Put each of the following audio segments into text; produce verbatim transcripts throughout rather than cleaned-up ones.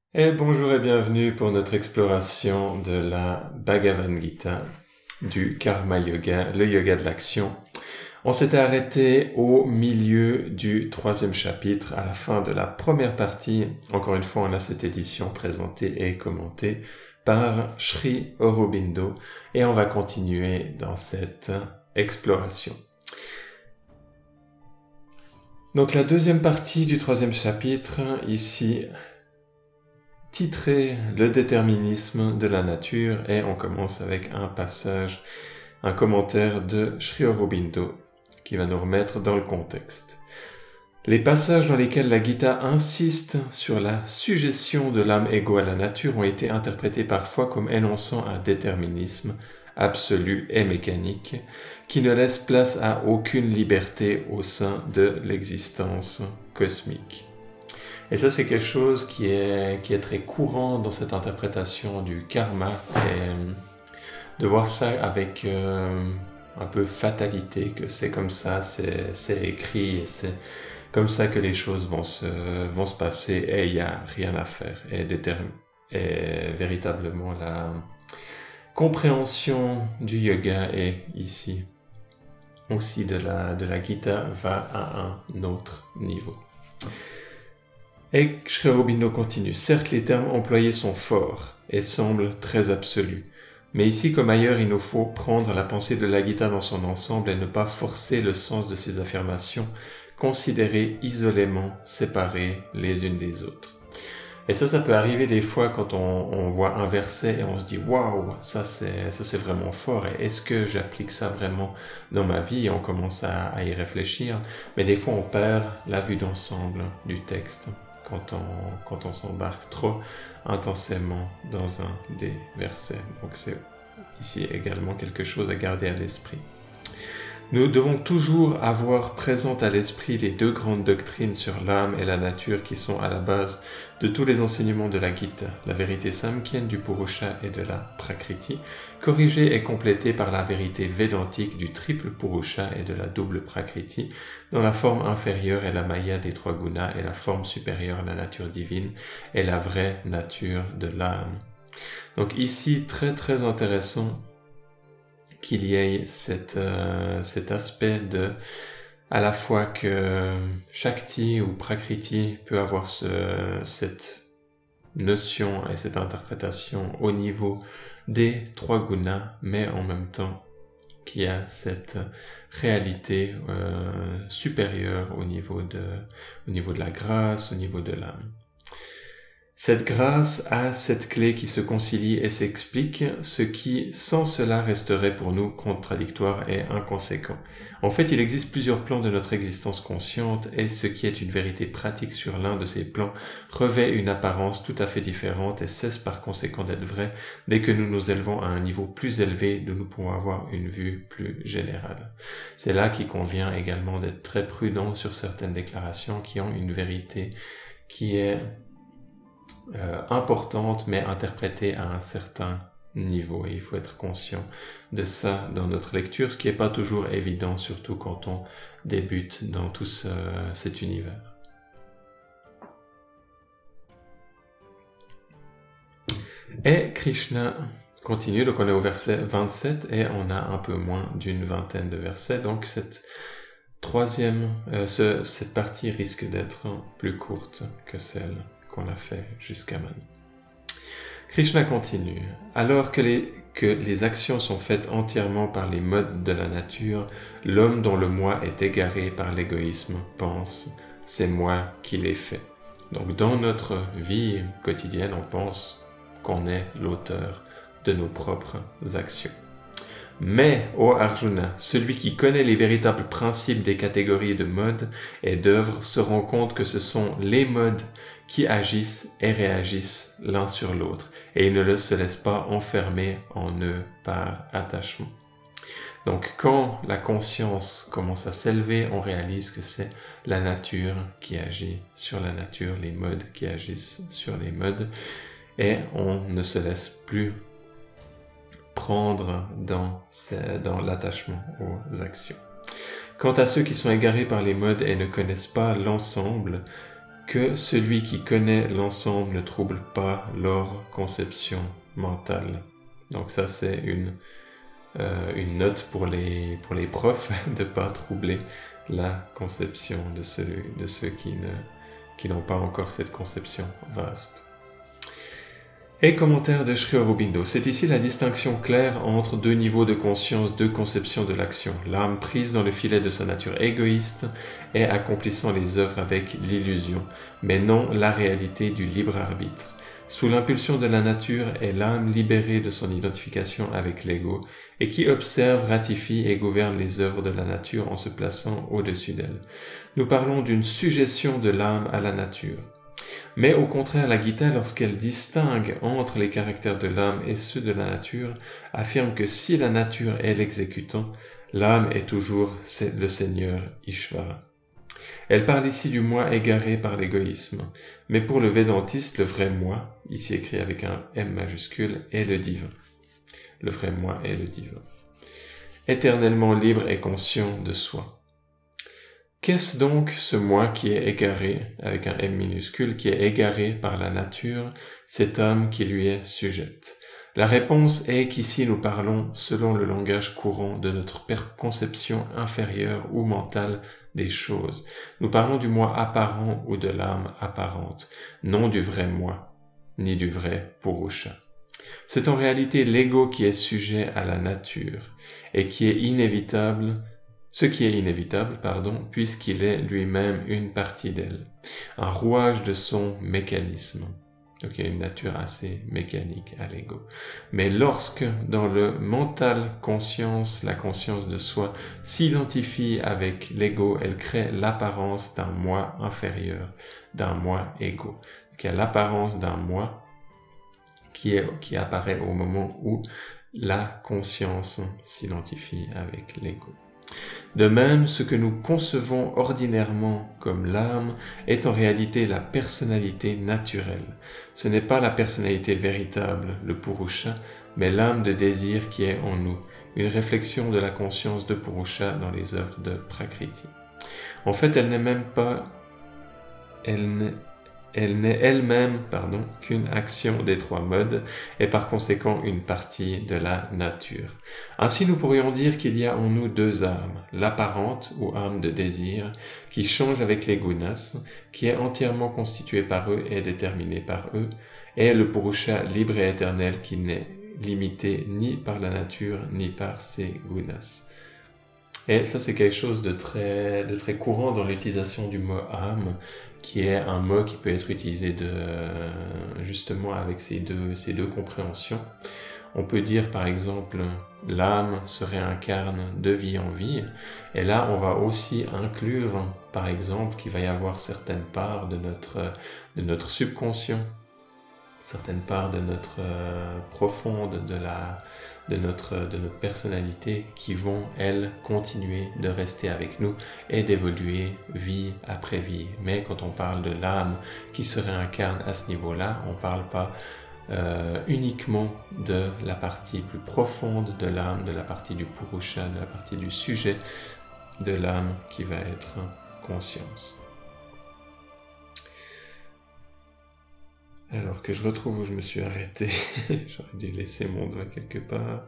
Et bonjour et bienvenue pour notre exploration de la Bhagavad Gita, du Karma Yoga, le yoga de l'action. On s'était arrêté au milieu du troisième chapitre, à la fin de la première partie. Encore une fois, on a cette édition présentée et commentée par Sri Aurobindo, et on va continuer dans cette exploration. Donc la deuxième partie du troisième chapitre, ici titré « Le déterminisme de la nature » et on commence avec un passage, un commentaire de Sri Aurobindo qui va nous remettre dans le contexte. Les passages dans lesquels la Gita insiste sur la suggestion de l'âme égaux à la nature ont été interprétés parfois comme énonçant un déterminisme absolu et mécanique qui ne laisse place à aucune liberté au sein de l'existence cosmique. Et ça, c'est quelque chose qui est, qui est très courant dans cette interprétation du karma, et de voir ça avec euh, un peu fatalité, que c'est comme ça, c'est, c'est écrit, et c'est comme ça que les choses vont se, vont se passer, et il n'y a rien à faire. Et, déterm- et véritablement, la compréhension du yoga et ici aussi de la, de la Gita va à un autre niveau. Et Sri Aurobindo continue. Certes, les termes employés sont forts et semblent très absolus. Mais ici comme ailleurs, il nous faut prendre la pensée de la Gita dans son ensemble et ne pas forcer le sens de ces affirmations, considérées isolément, séparées les unes des autres. Et ça, ça peut arriver des fois quand on, on voit un verset et on se dit « Waouh, ça c'est, ça c'est vraiment fort, et est-ce que j'applique ça vraiment dans ma vie ?» Et on commence à, à y réfléchir. Mais des fois, on perd la vue d'ensemble du texte quand on, quand on s'embarque trop intensément dans un des versets. Donc c'est ici également quelque chose à garder à l'esprit. Nous devons toujours avoir présent à l'esprit les deux grandes doctrines sur l'âme et la nature qui sont à la base de tous les enseignements de la Gita, la vérité samkhya du Purusha et de la Prakriti, corrigée et complétée par la vérité védantique du triple Purusha et de la double Prakriti, dont la forme inférieure est la maya des trois gunas et la forme supérieure la nature divine et la vraie nature de l'âme. Donc ici, très très intéressant qu'il y ait cette, euh, cet aspect de, à la fois que Shakti ou Prakriti peut avoir ce, cette notion et cette interprétation au niveau des trois gunas, mais en même temps qu'il y a cette réalité euh, supérieure au niveau de, au niveau de la grâce, au niveau de l'âme. Cette grâce a cette clé qui se concilie et s'explique, ce qui, sans cela, resterait pour nous contradictoire et inconséquent. En fait, il existe plusieurs plans de notre existence consciente, et ce qui est une vérité pratique sur l'un de ces plans revêt une apparence tout à fait différente et cesse par conséquent d'être vrai dès que nous nous élevons à un niveau plus élevé d'où nous pouvons avoir une vue plus générale. C'est là qu'il convient également d'être très prudent sur certaines déclarations qui ont une vérité qui est Euh, importante mais interprétée à un certain niveau, et il faut être conscient de ça dans notre lecture, ce qui n'est pas toujours évident, surtout quand on débute dans tout ce, cet univers. Et Krishna continue, donc on est au verset vingt-sept et on a un peu moins d'une vingtaine de versets, donc cette troisième, euh, ce, cette partie risque d'être plus courte que celle qu'on a fait jusqu'à maintenant. Krishna continue. Alors que les, que les actions sont faites entièrement par les modes de la nature, l'homme dont le moi est égaré par l'égoïsme pense « c'est moi qui l'ai fait ». Donc dans notre vie quotidienne, on pense qu'on est l'auteur de nos propres actions. Mais, ô Arjuna, celui qui connaît les véritables principes des catégories de modes et d'œuvres se rend compte que ce sont les modes qui agissent et réagissent l'un sur l'autre, et il ne se laisse pas enfermer en eux par attachement. Donc quand la conscience commence à s'élever, on réalise que c'est la nature qui agit sur la nature, les modes qui agissent sur les modes, et on ne se laisse plus prendre dans, dans l'attachement aux actions. Quant à ceux qui sont égarés par les modes et ne connaissent pas l'ensemble que celui qui connaît l'ensemble ne trouble pas leur conception mentale. Donc ça, c'est une, euh, une note pour les, pour les profs de ne pas troubler la conception de ceux, de ceux qui, ne, qui n'ont pas encore cette conception vaste. Et commentaire de Sri Aurobindo. C'est ici la distinction claire entre deux niveaux de conscience, deux conceptions de l'action. L'âme prise dans le filet de sa nature égoïste et accomplissant les œuvres avec l'illusion, mais non la réalité du libre arbitre. Sous l'impulsion de la nature est l'âme libérée de son identification avec l'ego et qui observe, ratifie et gouverne les œuvres de la nature en se plaçant au-dessus d'elle. Nous parlons d'une sujétion de l'âme à la nature. Mais au contraire, la Gita, lorsqu'elle distingue entre les caractères de l'âme et ceux de la nature, affirme que si la nature est l'exécutant, l'âme est toujours le Seigneur Ishvara. Elle parle ici du moi égaré par l'égoïsme, mais pour le védantiste, le vrai moi, ici écrit avec un M majuscule, est le divin. Le vrai moi est le divin. Éternellement libre et conscient de soi. Qu'est-ce donc ce moi qui est égaré, avec un M minuscule, qui est égaré par la nature, cette âme qui lui est sujette? La réponse est qu'ici nous parlons selon le langage courant de notre conception inférieure ou mentale des choses. Nous parlons du moi apparent ou de l'âme apparente, non du vrai moi, ni du vrai Purusha. C'est en réalité l'ego qui est sujet à la nature et qui est inévitable Ce qui est inévitable, pardon, puisqu'il est lui-même une partie d'elle, un rouage de son mécanisme. Donc il y a une nature assez mécanique à l'ego. Mais lorsque, dans le mental conscience, la conscience de soi s'identifie avec l'ego, elle crée l'apparence d'un moi inférieur, d'un moi égo. Donc il y a l'apparence d'un moi qui, est, qui apparaît au moment où la conscience s'identifie avec l'ego. De même, ce que nous concevons ordinairement comme l'âme est en réalité la personnalité naturelle. Ce n'est pas la personnalité véritable, le Purusha, mais l'âme de désir qui est en nous, une réflexion de la conscience de Purusha dans les œuvres de Prakriti. En fait, elle n'est même pas, elle n'est Elle n'est elle-même, pardon, qu'une action des trois modes et par conséquent une partie de la nature. Ainsi, nous pourrions dire qu'il y a en nous deux âmes, l'apparente ou âme de désir, qui change avec les gunas, qui est entièrement constituée par eux et déterminée par eux, et le Purusha libre et éternel qui n'est limité ni par la nature ni par ses gunas. Et ça, c'est quelque chose de très, de très courant dans l'utilisation du mot âme, qui est un mot qui peut être utilisé de, justement avec ces deux, ces deux compréhensions. On peut dire par exemple, l'âme se réincarne de vie en vie, et là on va aussi inclure, par exemple, qu'il va y avoir certaines parts de notre, de notre subconscient, certaines parts de notre euh, profonde, de la, de notre, de notre personnalité qui vont, elles, continuer de rester avec nous et d'évoluer vie après vie. Mais quand on parle de l'âme qui se réincarne à ce niveau-là, on ne parle pas euh, uniquement de la partie plus profonde de l'âme, de la partie du Purusha, de la partie du sujet de l'âme qui va être conscience. Alors que je retrouve où je me suis arrêté, j'aurais dû laisser mon doigt quelque part.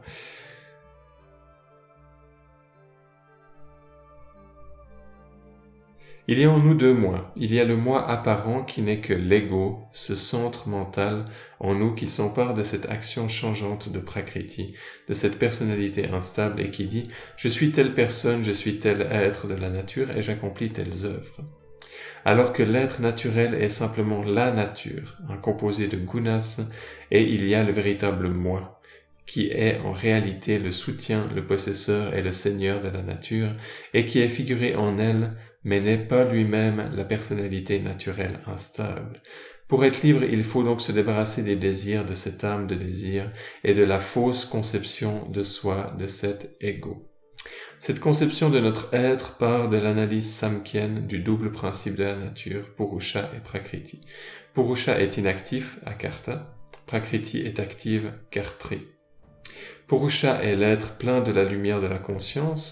Il y a en nous deux moi. Il y a le moi apparent qui n'est que l'ego, ce centre mental en nous qui s'empare de cette action changeante de Prakriti, de cette personnalité instable et qui dit « Je suis telle personne, je suis tel être de la nature et j'accomplis telles œuvres ». Alors que l'être naturel est simplement la nature, un composé de gunas, et il y a le véritable moi, qui est en réalité le soutien, le possesseur et le seigneur de la nature, et qui est figuré en elle, mais n'est pas lui-même la personnalité naturelle instable. Pour être libre, il faut donc se débarrasser des désirs de cette âme de désir et de la fausse conception de soi de cet ego. Cette conception de notre être part de l'analyse samkhienne du double principe de la nature, Purusha et Prakriti. Purusha est inactif, Akarta, Prakriti est active, Kartri. Purusha est l'être plein de la lumière de la conscience,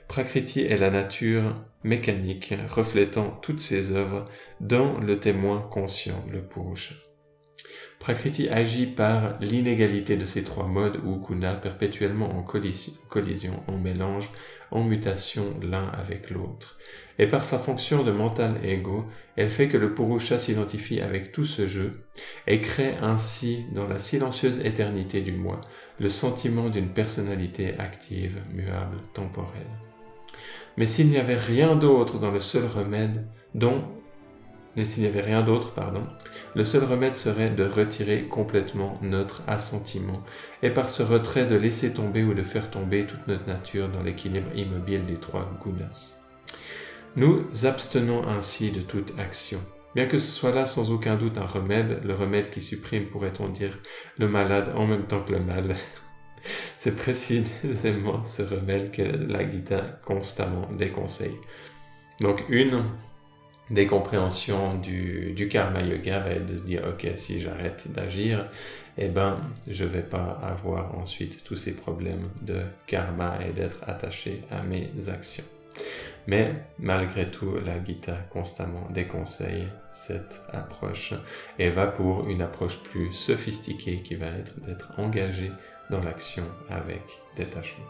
Prakriti est la nature mécanique reflétant toutes ses œuvres dans le témoin conscient, le Purusha. Prakriti agit par l'inégalité de ces trois modes ou gunas perpétuellement en collision, en mélange, en mutation l'un avec l'autre. Et par sa fonction de mental ego, elle fait que le Purusha s'identifie avec tout ce jeu et crée ainsi dans la silencieuse éternité du moi le sentiment d'une personnalité active, muable, temporelle. Mais s'il n'y avait rien d'autre dans le seul remède dont Mais s'il n'y avait rien d'autre, pardon, le seul remède serait de retirer complètement notre assentiment et par ce retrait de laisser tomber ou de faire tomber toute notre nature dans l'équilibre immobile des trois gunas. Nous abstenons ainsi de toute action. Bien que ce soit là sans aucun doute un remède, le remède qui supprime, pourrait-on dire, le malade en même temps que le mal. C'est précisément ce remède que la Gita constamment déconseille. Donc une des compréhensions du, du karma yoga va être de se dire ok, si j'arrête d'agir, eh ben je vais pas avoir ensuite tous ces problèmes de karma et d'être attaché à mes actions. Mais malgré tout, la Gita constamment déconseille cette approche et va pour une approche plus sophistiquée qui va être d'être engagé dans l'action avec détachement.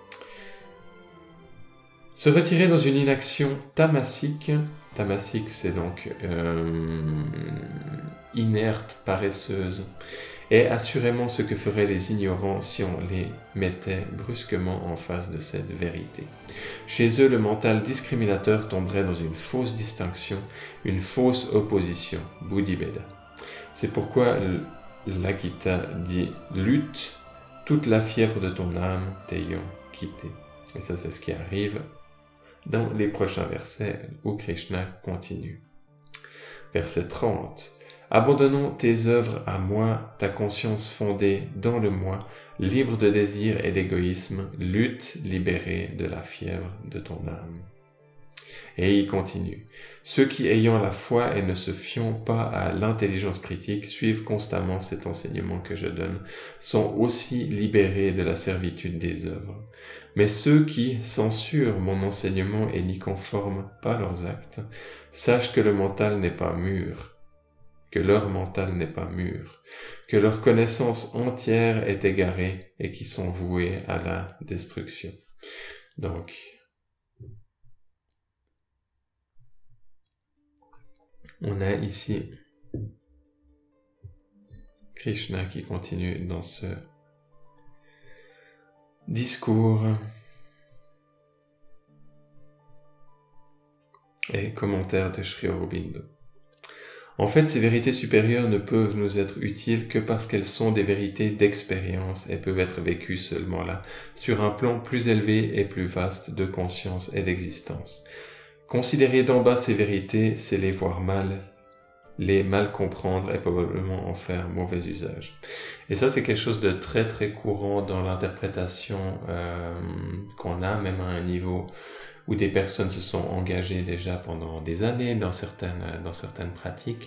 Se retirer dans une inaction tamasique, tamasique c'est donc euh, inerte, paresseuse, est assurément ce que feraient les ignorants si on les mettait brusquement en face de cette vérité. Chez eux, le mental discriminateur tomberait dans une fausse distinction, une fausse opposition, Buddhiveda. C'est pourquoi la Gita dit « lutte, toute la fièvre de ton âme t'ayant quitté ». Et ça, c'est ce qui arrive dans les prochains versets où Krishna continue. Verset trente. Abandonnons tes œuvres à moi, ta conscience fondée dans le moi, libre de désir et d'égoïsme, lutte libérée de la fièvre de ton âme. Et il continue. Ceux qui, ayant la foi et ne se fiant pas à l'intelligence critique, suivent constamment cet enseignement que je donne, sont aussi libérés de la servitude des œuvres. Mais ceux qui censurent mon enseignement et n'y conforment pas leurs actes, sachent que le mental n'est pas mûr, que leur mental n'est pas mûr, que leur connaissance entière est égarée et qui sont voués à la destruction. Donc, on a ici Krishna qui continue dans ce discours et commentaire de Sri Aurobindo. En fait, ces vérités supérieures ne peuvent nous être utiles que parce qu'elles sont des vérités d'expérience et peuvent être vécues seulement là, sur un plan plus élevé et plus vaste de conscience et d'existence. Considérer d'en bas ces vérités, c'est les voir mal, les mal comprendre et probablement en faire mauvais usage. Et ça, c'est quelque chose de très très courant dans l'interprétation euh, qu'on a, même à un niveau où des personnes se sont engagées déjà pendant des années dans certaines, dans certaines pratiques,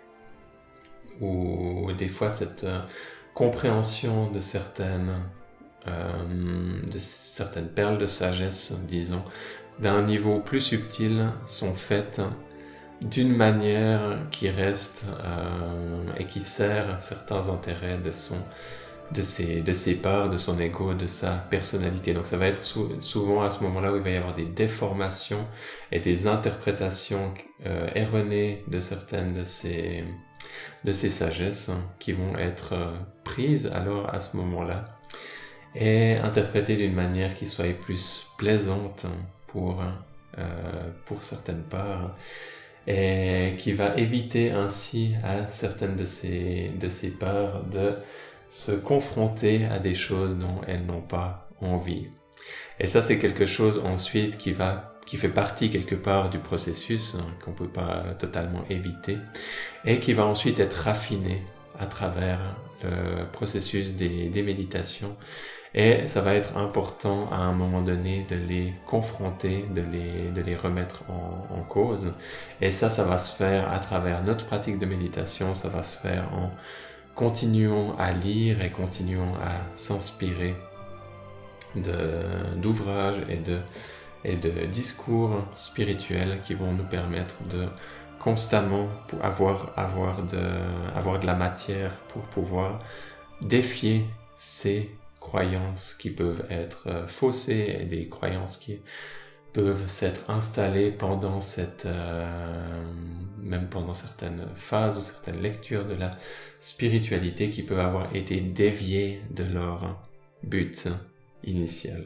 où des fois cette euh, compréhension de certaines, euh, de certaines perles de sagesse, disons, d'un niveau plus subtil, sont faites d'une manière qui reste euh, et qui sert certains intérêts de son de ses, de ses parts, de son ego, de sa personnalité. Donc ça va être sou- souvent à ce moment-là où il va y avoir des déformations et des interprétations euh, erronées de certaines de ces, de ces sagesses hein, qui vont être euh, prises alors à ce moment-là et interprétées d'une manière qui soit plus plaisante pour, euh, pour certaines parts et qui va éviter ainsi à certaines de ces, de ces parts de se confronter à des choses dont elles n'ont pas envie. Et ça, c'est quelque chose ensuite qui va, qui fait partie quelque part du processus, hein, qu'on peut pas totalement éviter, et qui va ensuite être raffiné à travers le processus des, des méditations. Et ça va être important à un moment donné de les confronter, de les, de les remettre en, en cause. Et ça, ça va se faire à travers notre pratique de méditation, ça va se faire en continuons à lire et continuons à s'inspirer de, d'ouvrages et de et de discours spirituels qui vont nous permettre de constamment avoir, avoir, de, avoir de la matière pour pouvoir défier ces croyances qui peuvent être faussées et des croyances qui peuvent s'être installées pendant cette, euh, même pendant certaines phases ou certaines lectures de la spiritualité qui peuvent avoir été déviées de leur but initial.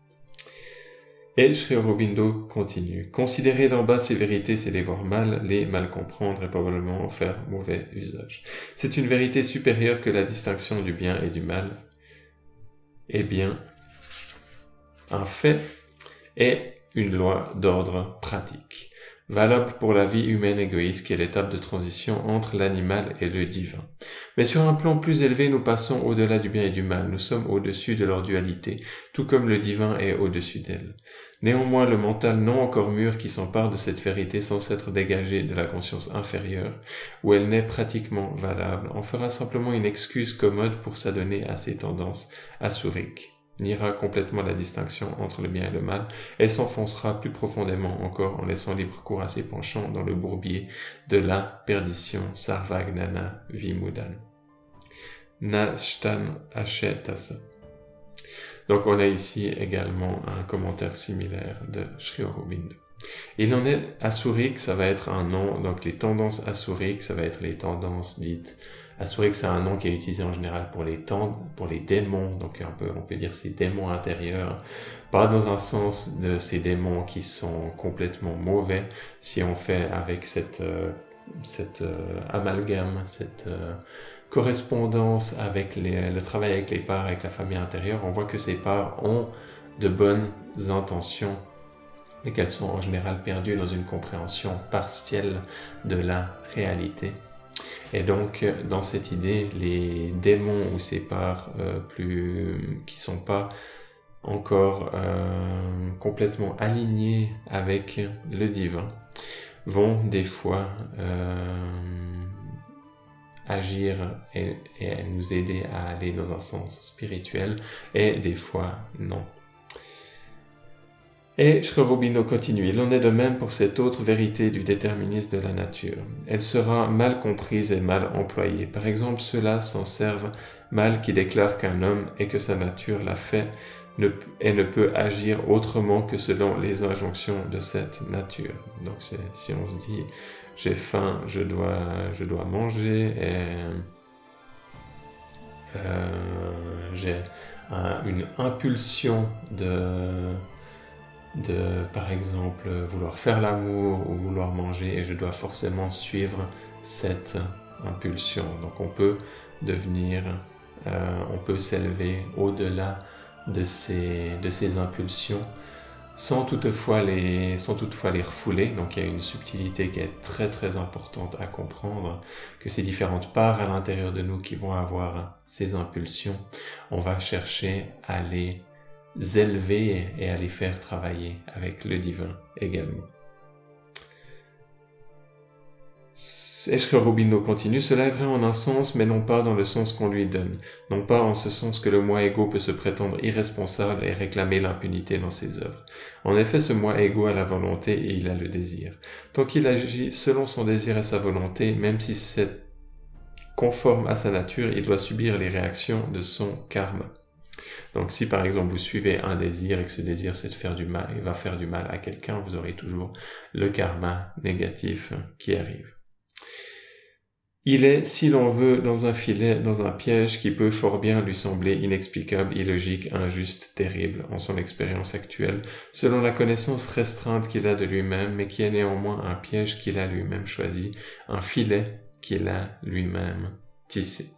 Et Sri Aurobindo continue. Considérer d'en bas ces vérités, c'est les voir mal, les mal comprendre et probablement en faire mauvais usage. C'est une vérité supérieure que la distinction du bien et du mal. Eh bien, un fait est une loi d'ordre pratique, valable pour la vie humaine égoïste qui est l'étape de transition entre l'animal et le divin. Mais sur un plan plus élevé, nous passons au-delà du bien et du mal, nous sommes au-dessus de leur dualité, tout comme le divin est au-dessus d'elle. Néanmoins, le mental non encore mûr qui s'empare de cette vérité sans s'être dégagé de la conscience inférieure, où elle n'est pratiquement valable, en fera simplement une excuse commode pour s'adonner à ses tendances assouriques, niera complètement la distinction entre le bien et le mal, et s'enfoncera plus profondément encore en laissant libre cours à ses penchants dans le bourbier de la perdition sarvagnana vimudan. Nashtan achetasa. Donc on a ici également un commentaire similaire de Sri Aurobindo. Il en est assourique, ça va être un nom, donc les tendances assouriques, ça va être les tendances dites assouriques, c'est un nom qui est utilisé en général pour les temps, pour les démons, donc un peu, on peut dire ces démons intérieurs, pas dans un sens de ces démons qui sont complètement mauvais, si on fait avec cette, euh, cette euh, amalgame, cette euh, correspondance avec les, le travail avec les parts, avec la famille intérieure, on voit que ces parts ont de bonnes intentions, mais qu'elles sont en général perdues dans une compréhension partielle de la réalité. Et donc, dans cette idée, les démons ou ces parts euh, plus qui sont pas encore euh, complètement alignés avec le divin vont des fois euh, agir et, et nous aider à aller dans un sens spirituel, et des fois non. Et Sri Aurobindo continue, il en est de même pour cette autre vérité du déterminisme de la nature. Elle sera mal comprise et mal employée. Par exemple, ceux-là s'en servent mal qui déclarent qu'un homme et que sa nature l'a fait ne, et ne peut agir autrement que selon les injonctions de cette nature. Donc c'est, si on se dit j'ai faim, je dois, je dois manger, et euh, j'ai un, une impulsion de... de, par exemple, vouloir faire l'amour ou vouloir manger, et je dois forcément suivre cette impulsion. Donc on peut devenir, euh, on peut s'élever au-delà de ces, de ces impulsions sans toutefois les, sans toutefois les refouler. Donc il y a une subtilité qui est très très importante à comprendre, que ces différentes parts à l'intérieur de nous qui vont avoir ces impulsions, on va chercher à les élever et à les faire travailler avec le divin également. Et Sri Aurobindo continue, cela est vrai en un sens, mais non pas dans le sens qu'on lui donne, non pas en ce sens que le moi égo peut se prétendre irresponsable et réclamer l'impunité dans ses œuvres. En effet, ce moi égo a la volonté et il a le désir. Tant qu'il agit selon son désir et sa volonté, même si c'est conforme à sa nature, il doit subir les réactions de son karma. Donc si par exemple vous suivez un désir et que ce désir c'est de faire du mal, il va faire du mal à quelqu'un, vous aurez toujours le karma négatif qui arrive. Il est, si l'on veut, dans un filet, dans un piège qui peut fort bien lui sembler inexplicable, illogique, injuste, terrible en son expérience actuelle, selon la connaissance restreinte qu'il a de lui-même, mais qui est néanmoins un piège qu'il a lui-même choisi, un filet qu'il a lui-même tissé.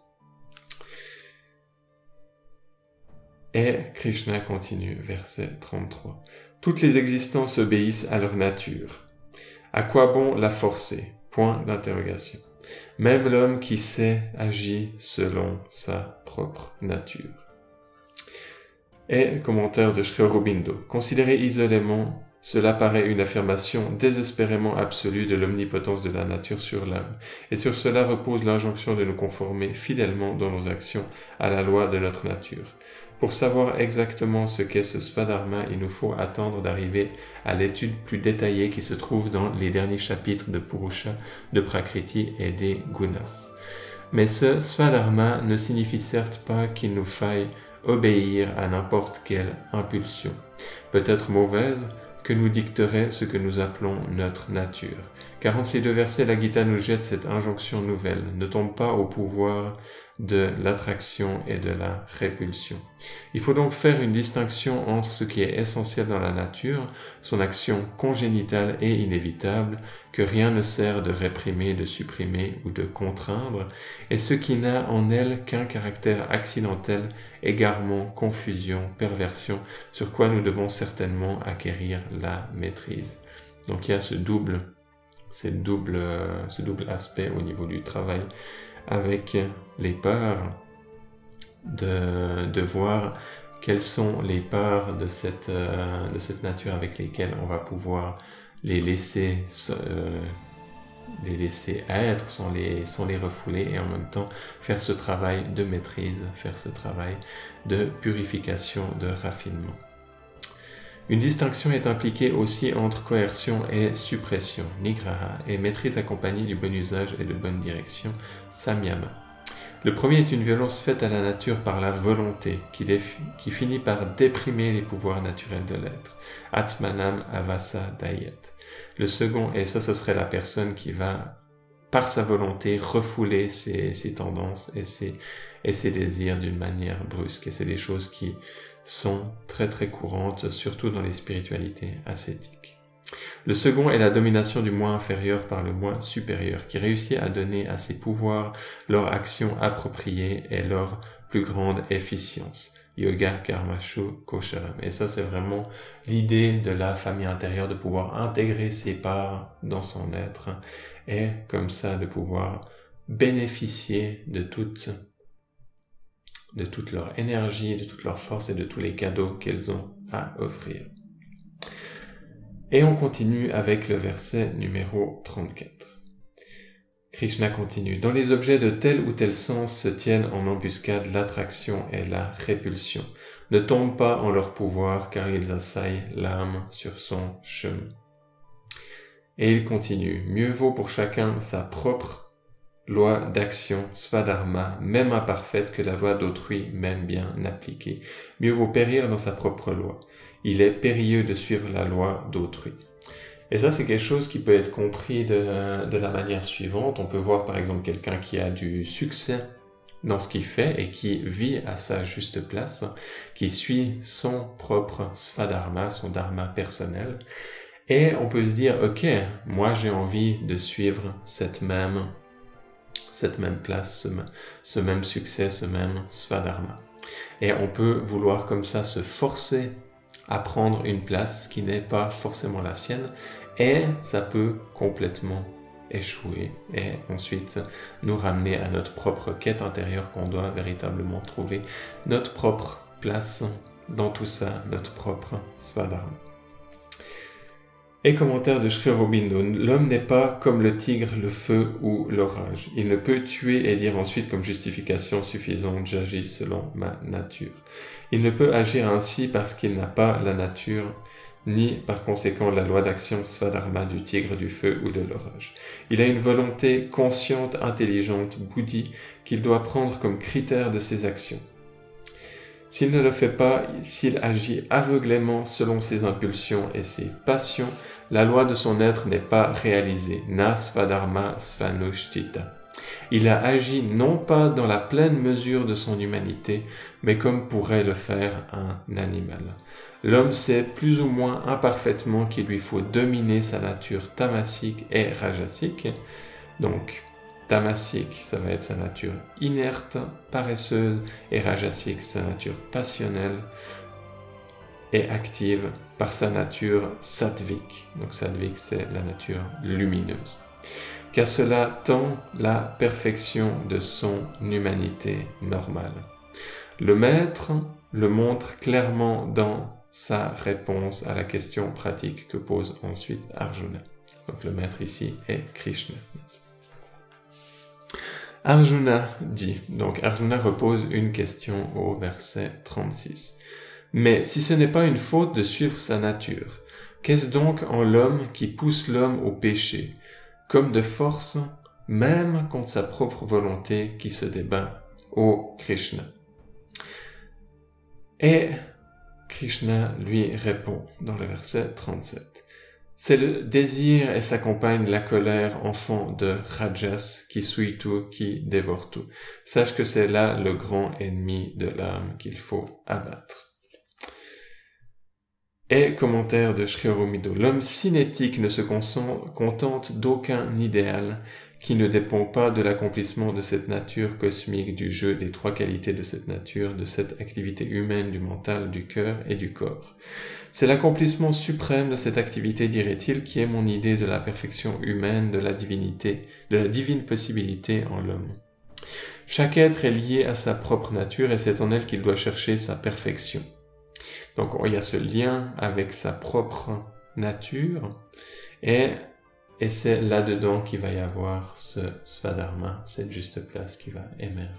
Et Krishna continue, verset trente-trois. Toutes les existences obéissent à leur nature. À quoi bon la forcer? Point d'interrogation. Même l'homme qui sait agit selon sa propre nature. Et commentaire de Sri Aurobindo. Considéré isolément, cela paraît une affirmation désespérément absolue de l'omnipotence de la nature sur l'homme, et sur cela repose l'injonction de nous conformer fidèlement dans nos actions à la loi de notre nature. Pour savoir exactement ce qu'est ce Svadharma, il nous faut attendre d'arriver à l'étude plus détaillée qui se trouve dans les derniers chapitres de Purusha, de Prakriti et des Gunas. Mais ce Svadharma ne signifie certes pas qu'il nous faille obéir à n'importe quelle impulsion, peut-être mauvaise, que nous dicterait ce que nous appelons notre nature. Car en ces deux versets, la Gita nous jette cette injonction nouvelle. Ne tombe pas au pouvoir de l'attraction et de la répulsion. Il faut donc faire une distinction entre ce qui est essentiel dans la nature, son action congénitale et inévitable, que rien ne sert de réprimer, de supprimer ou de contraindre, et ce qui n'a en elle qu'un caractère accidentel, égarement, confusion, perversion, sur quoi nous devons certainement acquérir la maîtrise. Donc il y a ce double, cette double, ce double aspect au niveau du travail avec les peurs, de, de voir quelles sont les peurs de cette, euh, de cette nature avec lesquelles on va pouvoir les laisser, euh, les laisser être sans les, sans les refouler, et en même temps faire ce travail de maîtrise, faire ce travail de purification, de raffinement. Une distinction est impliquée aussi entre coercion et suppression, nigraha, et maîtrise accompagnée du bon usage et de bonne direction, samyama. Le premier est une violence faite à la nature par la volonté, qui, défi- qui finit par déprimer les pouvoirs naturels de l'être. Atmanam avasa dayet. Le second, et ça, ce serait la personne qui va, par sa volonté, refouler ses, ses tendances et ses, et ses désirs d'une manière brusque. Et c'est des choses qui sont très très courantes, surtout dans les spiritualités ascétiques. Le second est la domination du moi inférieur par le moi supérieur, qui réussit à donner à ses pouvoirs leur action appropriée et leur plus grande efficience. Yoga Karmashu Kosharam. Et ça, c'est vraiment l'idée de la famille intérieure, de pouvoir intégrer ses parts dans son être et comme ça de pouvoir bénéficier de toute de toute leur énergie, de toute leur force et de tous les cadeaux qu'elles ont à offrir. Et on continue avec le verset numéro trente-quatre. Krishna continue. Dans les objets de tel ou tel sens se tiennent en embuscade l'attraction et la répulsion. Ne tombe pas en leur pouvoir car ils assaillent l'âme sur son chemin. Et il continue. Mieux vaut pour chacun sa propre loi d'action, svadharma, même imparfaite que la loi d'autrui, même bien appliquée. Mieux vaut périr dans sa propre loi. Il est périlleux de suivre la loi d'autrui. Et ça, c'est quelque chose qui peut être compris de, de la manière suivante. On peut voir par exemple quelqu'un qui a du succès dans ce qu'il fait et qui vit à sa juste place, qui suit son propre svadharma, son dharma personnel. Et on peut se dire, ok, moi j'ai envie de suivre cette même cette même place, ce, ce même succès, ce même svadharma. Et on peut vouloir comme ça se forcer à prendre une place qui n'est pas forcément la sienne, et ça peut complètement échouer et ensuite nous ramener à notre propre quête intérieure qu'on doit véritablement trouver, notre propre place dans tout ça, notre propre svadharma. Et commentaire de Sri Aurobindo, l'homme n'est pas comme le tigre, le feu ou l'orage. Il ne peut tuer et dire ensuite comme justification suffisante, j'agis selon ma nature. Il ne peut agir ainsi parce qu'il n'a pas la nature, ni par conséquent la loi d'action svadharma du tigre, du feu ou de l'orage. Il a une volonté consciente, intelligente, bouddhi, qu'il doit prendre comme critère de ses actions. S'il ne le fait pas, s'il agit aveuglément selon ses impulsions et ses passions, la loi de son être n'est pas réalisée. Na svadharma svanushtita. Il a agi non pas dans la pleine mesure de son humanité, mais comme pourrait le faire un animal. L'homme sait plus ou moins imparfaitement qu'il lui faut dominer sa nature tamasique et rajasique. Donc, tamasique, ça va être sa nature inerte, paresseuse, et rajasique, sa nature passionnelle et active par sa nature sattvique. Donc sattvique, c'est la nature lumineuse. Qu'à cela tend la perfection de son humanité normale. Le maître le montre clairement dans sa réponse à la question pratique que pose ensuite Arjuna. Donc le maître ici est Krishna. Arjuna dit, donc Arjuna repose une question au verset trente-six. Mais si ce n'est pas une faute de suivre sa nature, qu'est-ce donc en l'homme qui pousse l'homme au péché, comme de force, même contre sa propre volonté qui se débat, ô Krishna? Et Krishna lui répond dans le verset trente-sept. C'est le désir et sa compagne la colère, enfant de Rajas, qui souille tout, qui dévore tout. Sache que c'est là le grand ennemi de l'âme qu'il faut abattre. Et commentaire de Sri Aurobindo. L'homme cinétique ne se contente d'aucun idéal qui ne dépend pas de l'accomplissement de cette nature cosmique, du jeu des trois qualités de cette nature, de cette activité humaine, du mental, du cœur et du corps. C'est l'accomplissement suprême de cette activité, dirait-il, qui est mon idée de la perfection humaine, de la divinité, de la divine possibilité en l'homme. Chaque être est lié à sa propre nature et c'est en elle qu'il doit chercher sa perfection. Donc il y a ce lien avec sa propre nature et, et c'est là-dedans qu'il va y avoir ce Svadharma, cette juste place qui va émerger.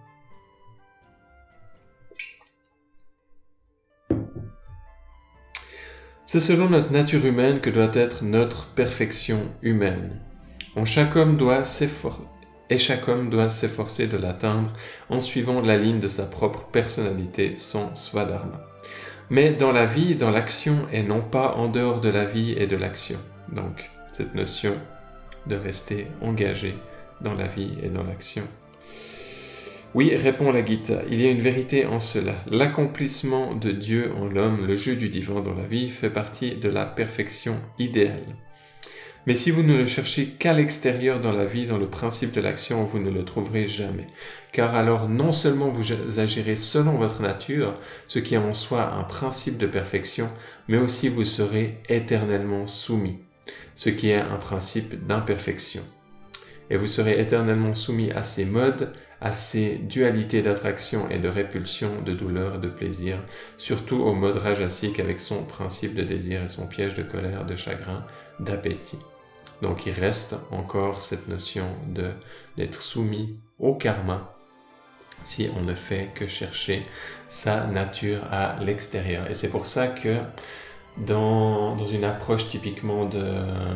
C'est selon notre nature humaine que doit être notre perfection humaine. En chaque homme doit s'efforcer Et chaque homme doit s'efforcer de l'atteindre en suivant la ligne de sa propre personnalité, son Svadharma. Mais dans la vie, dans l'action, et non pas en dehors de la vie et de l'action. Donc, cette notion de rester engagé dans la vie et dans l'action. Oui, répond la Gita, il y a une vérité en cela. L'accomplissement de Dieu en l'homme, le jeu du divin dans la vie, fait partie de la perfection idéale. Mais si vous ne le cherchez qu'à l'extérieur dans la vie, dans le principe de l'action, vous ne le trouverez jamais. Car alors, non seulement vous agirez selon votre nature, ce qui est en soi un principe de perfection, mais aussi vous serez éternellement soumis, ce qui est un principe d'imperfection. Et vous serez éternellement soumis à ces modes, à ces dualités d'attraction et de répulsion, de douleur et de plaisir, surtout au mode rajasique avec son principe de désir et son piège de colère, de chagrin, d'appétit. Donc il reste encore cette notion de, d'être soumis au karma si on ne fait que chercher sa nature à l'extérieur. Et c'est pour ça que dans, dans une approche typiquement de,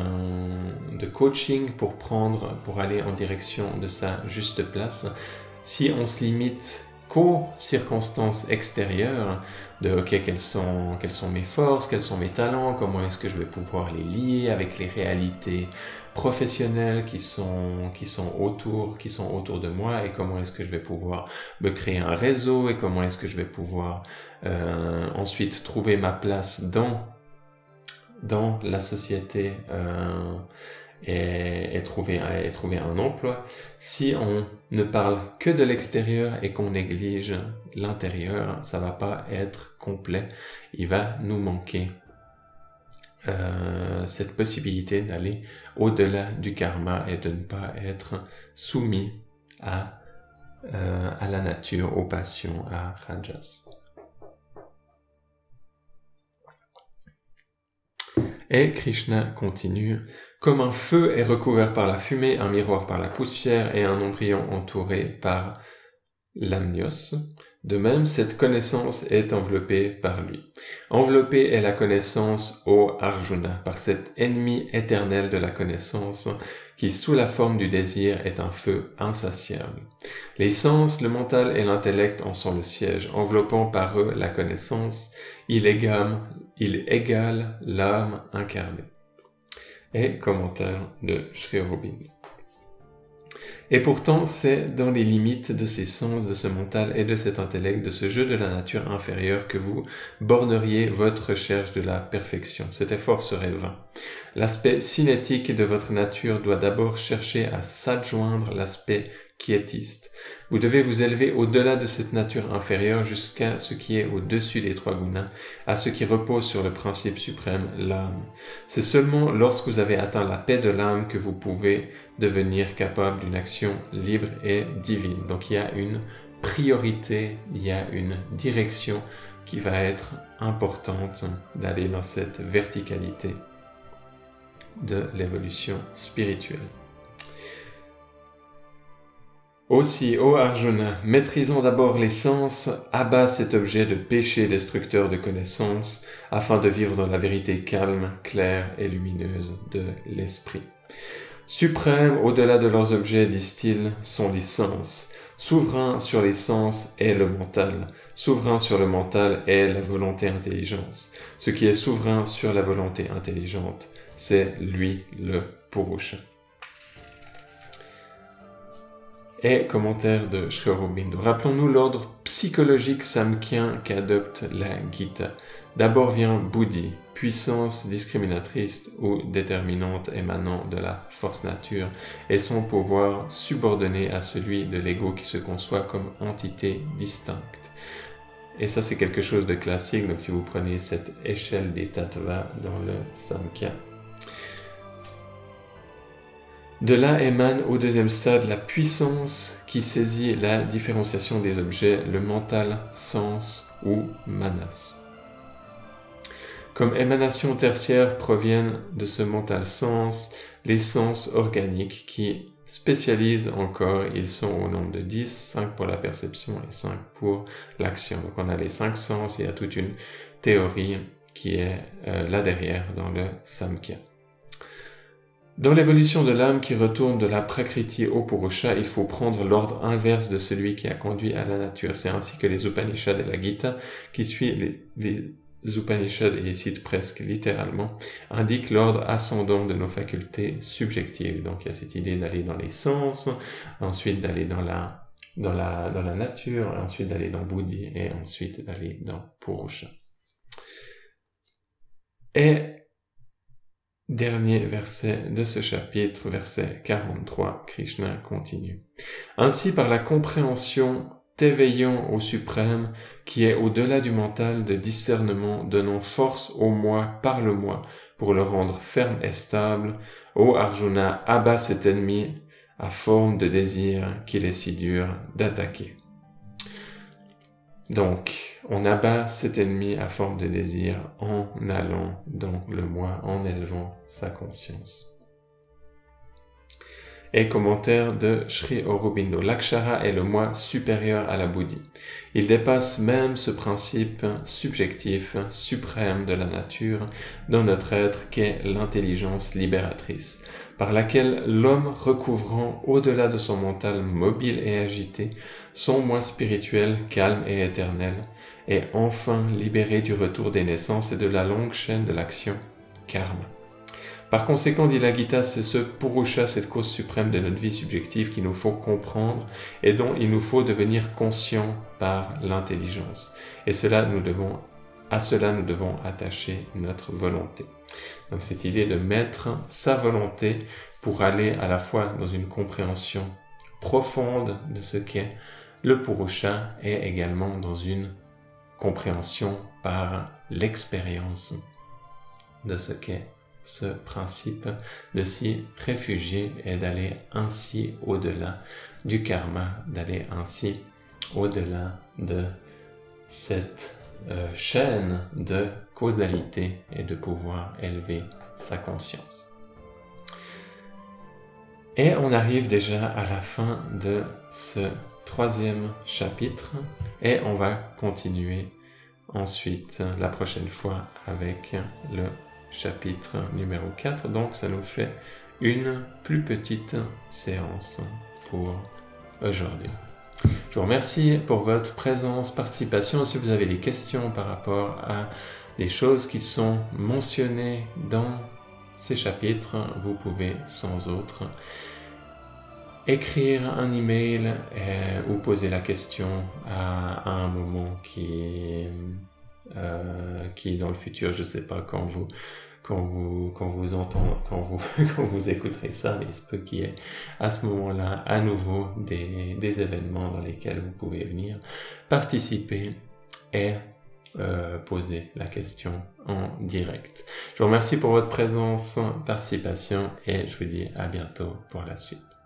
de coaching pour prendre, pour aller en direction de sa juste place, si on se limite qu'aux circonstances extérieures, de ok, quelles sont, quelles sont mes forces, quels sont mes talents, comment est-ce que je vais pouvoir les lier avec les réalités professionnelles qui sont, qui sont autour, qui sont autour de moi, et comment est-ce que je vais pouvoir me créer un réseau, et comment est-ce que je vais pouvoir euh, ensuite trouver ma place dans, dans la société euh, et, et, trouver, et trouver un emploi. Si on ne parle que de l'extérieur et qu'on néglige l'intérieur, ça va pas être complet. Il va nous manquer euh, cette possibilité d'aller au-delà du karma et de ne pas être soumis à, euh, à la nature, aux passions, à rajas. Et Krishna continue. Comme un feu est recouvert par la fumée, un miroir par la poussière et un embryon entouré par l'amnios, de même cette connaissance est enveloppée par lui. Enveloppée est la connaissance, ô Arjuna, par cet ennemi éternel de la connaissance qui, sous la forme du désir, est un feu insatiable. Les sens, le mental et l'intellect en sont le siège, enveloppant par eux la connaissance, il égale, il égale l'âme incarnée. Et commentaire de Sri Aurobindo. Et pourtant, c'est dans les limites de ces sens, de ce mental et de cet intellect, de ce jeu de la nature inférieure que vous borneriez votre recherche de la perfection. Cet effort serait vain. L'aspect cinétique de votre nature doit d'abord chercher à s'adjoindre l'aspect quiétiste. Vous devez vous élever au-delà de cette nature inférieure jusqu'à ce qui est au-dessus des trois gunas, à ce qui repose sur le principe suprême, l'âme. C'est seulement lorsque vous avez atteint la paix de l'âme que vous pouvez devenir capable d'une action libre et divine. Donc il y a une priorité, il y a une direction qui va être importante d'aller dans cette verticalité de l'évolution spirituelle. Aussi, ô Arjuna, maîtrisons d'abord les sens, abat cet objet de péché destructeur de connaissance, afin de vivre dans la vérité calme, claire et lumineuse de l'esprit. Suprême au-delà de leurs objets, disent-ils, sont les sens. Souverain sur les sens est le mental. Souverain sur le mental est la volonté intelligence. Ce qui est souverain sur la volonté intelligente, c'est lui le Purusha. Et commentaire de Sri Aurobindo. Rappelons-nous l'ordre psychologique samkhyen qu'adopte la Gita. D'abord vient Buddhi, puissance discriminatrice ou déterminante émanant de la force nature, et son pouvoir subordonné à celui de l'ego qui se conçoit comme entité distincte. Et ça, c'est quelque chose de classique, donc si vous prenez cette échelle des tattvas dans le Samkhya. De là émane au deuxième stade la puissance qui saisit la différenciation des objets, le mental, sens ou manas. Comme émanations tertiaires proviennent de ce mental sens, les sens organiques qui spécialisent encore, ils sont au nombre de dix, cinq pour la perception et cinq pour l'action. Donc on a les cinq sens et il y a toute une théorie qui est euh, là derrière dans le Samkhya. Dans l'évolution de l'âme qui retourne de la Prakriti au Purusha, il faut prendre l'ordre inverse de celui qui a conduit à la nature. C'est ainsi que les Upanishads et la Gita, qui suit les, les Upanishads, et les citent presque littéralement, indiquent l'ordre ascendant de nos facultés subjectives. Donc il y a cette idée d'aller dans les sens, ensuite d'aller dans la, dans la, dans la nature, ensuite d'aller dans Buddhi, et ensuite d'aller dans Purusha. Et dernier verset de ce chapitre, verset quarante-trois, Krishna continue. Ainsi, par la compréhension t'éveillant au suprême, qui est au-delà du mental de discernement, donnant force au moi par le moi, pour le rendre ferme et stable, ô Arjuna, abat cet ennemi à forme de désir qu'il est si dur d'attaquer. Donc, on abat cet ennemi à forme de désir en allant dans le moi, en élevant sa conscience. Et commentaire de Sri Aurobindo. L'Akshara est le moi supérieur à la Buddhi. Il dépasse même ce principe subjectif, suprême de la nature, dans notre être qu'est l'intelligence libératrice, par laquelle l'homme recouvrant au-delà de son mental mobile et agité, son moi spirituel calme et éternel, est enfin libéré du retour des naissances et de la longue chaîne de l'action, karma. Par conséquent, dit la Gita, c'est ce Purusha, cette cause suprême de notre vie subjective qu'il nous faut comprendre et dont il nous faut devenir conscient par l'intelligence. Et cela, nous devons, à cela, nous devons attacher notre volonté. Donc cette idée de mettre sa volonté pour aller à la fois dans une compréhension profonde de ce qu'est le Purusha et également dans une compréhension par l'expérience de ce qu'est ce principe de s'y réfugier et d'aller ainsi au-delà du karma, d'aller ainsi au-delà de cette euh, chaîne de causalité et de pouvoir élever sa conscience. Et on arrive déjà à la fin de ce troisième chapitre et on va continuer ensuite la prochaine fois avec le chapitre numéro quatre, donc ça nous fait une plus petite séance pour aujourd'hui. Je vous remercie pour votre présence, participation. Si vous avez des questions par rapport à des choses qui sont mentionnées dans ces chapitres, vous pouvez sans autre écrire un email et, ou poser la question à, à un moment qui Euh, qui dans le futur, je sais pas quand vous quand vous quand vous entendez quand vous quand vous écouterez ça, mais il se peut qu'il y ait à ce moment-là à nouveau des des événements dans lesquels vous pouvez venir participer et euh, poser la question en direct. Je vous remercie pour votre présence, participation et je vous dis à bientôt pour la suite.